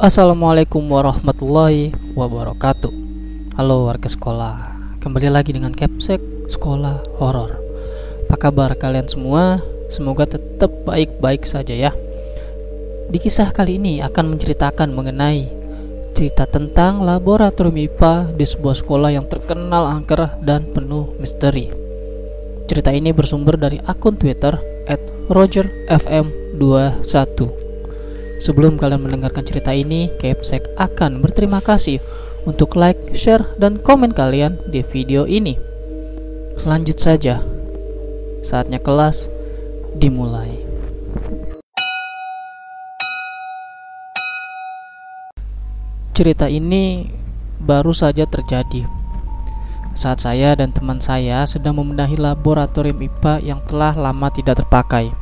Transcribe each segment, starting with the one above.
Assalamualaikum warahmatullahi wabarakatuh. Halo warga sekolah, kembali lagi dengan Capsek Sekolah Horor. Apa kabar kalian semua? Semoga tetap baik-baik saja ya. Di kisah kali ini akan menceritakan mengenai cerita tentang laboratorium IPA di sebuah sekolah yang terkenal angker dan penuh misteri. Cerita ini bersumber dari akun Twitter @rogerfm21. Sebelum kalian mendengarkan cerita ini, Capsek akan berterima kasih untuk like, share, dan komen kalian di video ini. Lanjut saja. Saatnya kelas dimulai. Cerita ini baru saja terjadi saat saya dan teman saya sedang membenahi laboratorium IPA yang telah lama tidak terpakai.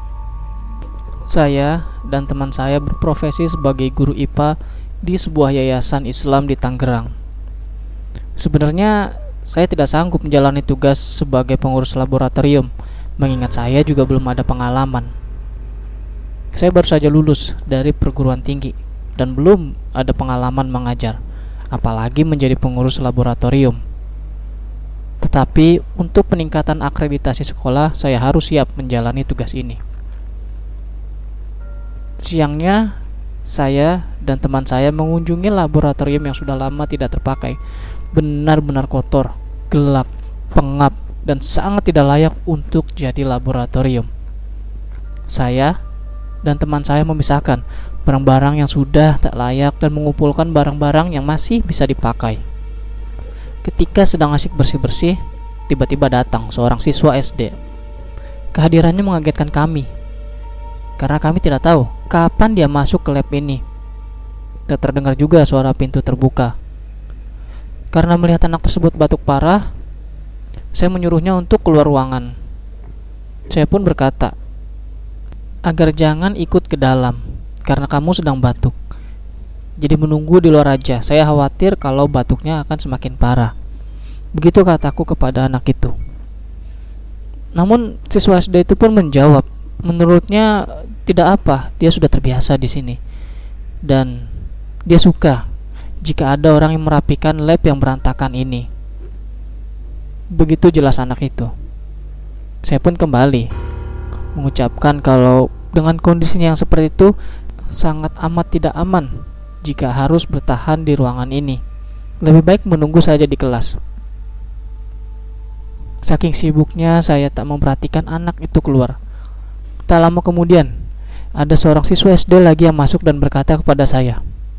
Saya dan teman saya berprofesi sebagai guru IPA di sebuah yayasan Islam di Tangerang. Sebenarnya saya tidak sanggup menjalani tugas sebagai pengurus laboratorium, mengingat saya juga belum ada pengalaman. Saya baru saja lulus dari perguruan tinggi dan belum ada pengalaman mengajar, apalagi menjadi pengurus laboratorium. Tetapi untuk peningkatan akreditasi sekolah, saya harus siap menjalani tugas ini. Siangnya, saya dan teman saya mengunjungi laboratorium yang sudah lama tidak terpakai. Benar-benar kotor, gelap, pengap, dan sangat tidak layak untuk jadi laboratorium. Saya dan teman saya memisahkan barang-barang yang sudah tak layak dan mengumpulkan barang-barang yang masih bisa dipakai. Ketika sedang asyik bersih-bersih, tiba-tiba datang seorang siswa SD. Kehadirannya mengagetkan kami, karena kami tidak tahu kapan dia masuk ke lab ini. Tak terdengar juga suara pintu terbuka. Karena melihat anak tersebut batuk parah, saya menyuruhnya untuk keluar ruangan. Saya pun berkata, agar jangan ikut ke dalam, karena kamu sedang batuk. Jadi menunggu di luar aja, saya khawatir kalau batuknya akan semakin parah. Begitu kataku kepada anak itu. Namun siswa SD itu pun menjawab, menurutnya tidak apa, dia sudah terbiasa di sini. Dan dia suka jika ada orang yang merapikan lab yang berantakan ini. Begitu jelas anak itu. Saya pun kembali mengucapkan kalau dengan kondisinya yang seperti itu sangat amat tidak aman jika harus bertahan di ruangan ini. Lebih baik menunggu saja di kelas. Saking sibuknya saya tak memperhatikan anak itu keluar. Tak lama kemudian, ada seorang siswa SD lagi yang masuk dan berkata kepada saya.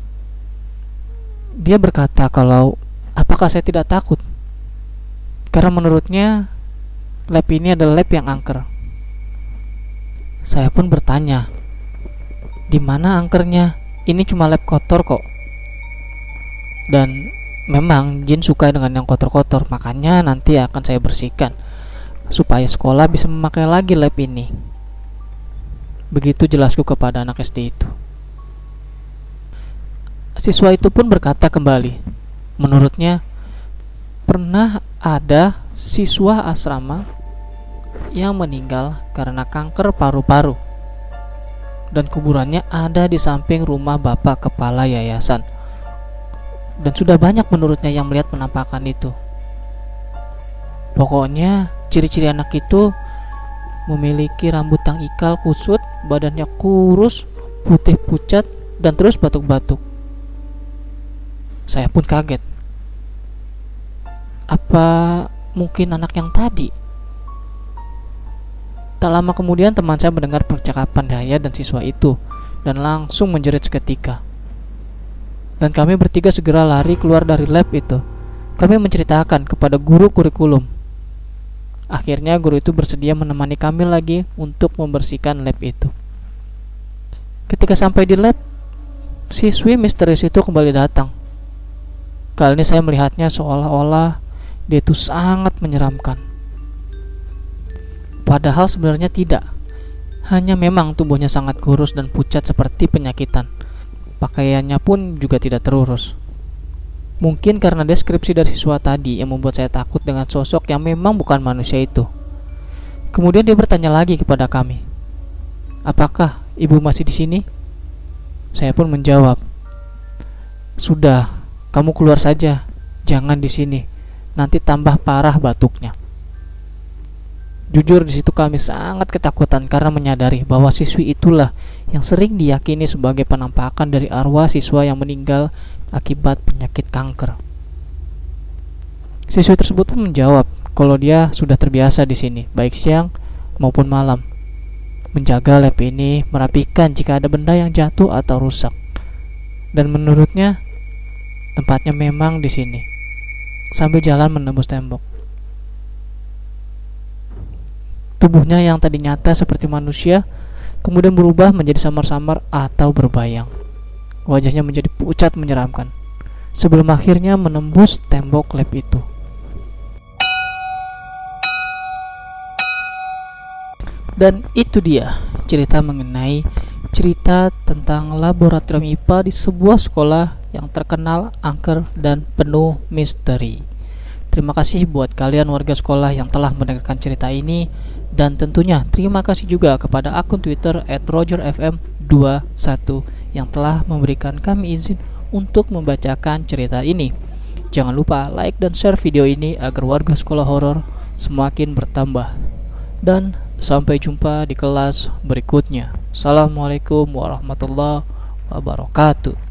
Dia berkata kalau apakah saya tidak takut, karena menurutnya lab ini adalah lab yang angker. Saya pun bertanya, di mana angkernya? Ini cuma lab kotor kok. Dan memang jin suka dengan yang kotor-kotor, makanya nanti akan saya bersihkan supaya sekolah bisa memakai lagi lab ini. Begitu jelasku kepada anak SD itu. Siswa itu pun berkata kembali, menurutnya pernah ada siswa asrama yang meninggal karena kanker paru-paru, dan kuburannya ada di samping rumah bapak kepala yayasan. Dan sudah banyak menurutnya yang melihat penampakan itu. Pokoknya ciri-ciri anak itu memiliki rambut yang ikal kusut, badannya kurus, putih pucat, dan terus batuk-batuk. Saya pun kaget. Apa mungkin anak yang tadi? Tak lama kemudian teman saya mendengar percakapan saya dan siswa itu, dan langsung menjerit seketika. Dan kami bertiga segera lari keluar dari lab itu. Kami menceritakan kepada guru kurikulum. Akhirnya guru itu bersedia menemani kami lagi untuk membersihkan lab itu. Ketika sampai di lab, siswi misterius itu kembali datang. Kali ini saya melihatnya seolah-olah dia itu sangat menyeramkan. Padahal sebenarnya tidak. Hanya memang tubuhnya sangat kurus dan pucat seperti penyakitan. Pakaiannya pun juga tidak terurus. Mungkin karena deskripsi dari siswa tadi yang membuat saya takut dengan sosok yang memang bukan manusia itu. Kemudian dia bertanya lagi kepada kami, apakah ibu masih di sini? Saya pun menjawab, Sudah, kamu keluar saja. Jangan di sini. Nanti tambah parah batuknya. Jujur di situ kami sangat ketakutan karena menyadari bahwa siswi itulah yang sering diyakini sebagai penampakan dari arwah siswa yang meninggal akibat penyakit kanker. Siswi tersebut pun menjawab kalau dia sudah terbiasa di sini, baik siang maupun malam, menjaga lab ini, merapikan jika ada benda yang jatuh atau rusak. Dan menurutnya tempatnya memang di sini. Sambil jalan menembus tembok. Tubuhnya yang tadi nyata seperti manusia kemudian berubah menjadi samar-samar atau berbayang. Wajahnya menjadi pucat menyeramkan sebelum akhirnya menembus tembok lab itu. Dan itu dia cerita tentang laboratorium IPA di sebuah sekolah yang terkenal angker dan penuh misteri. Terima kasih buat kalian warga sekolah yang telah mendengarkan cerita ini. Dan tentunya terima kasih juga kepada akun Twitter @rogerfm21 yang telah memberikan kami izin untuk membacakan cerita ini. Jangan lupa like dan share video ini agar warga sekolah horor semakin bertambah. Dan sampai jumpa di kelas berikutnya. Assalamualaikum warahmatullahi wabarakatuh.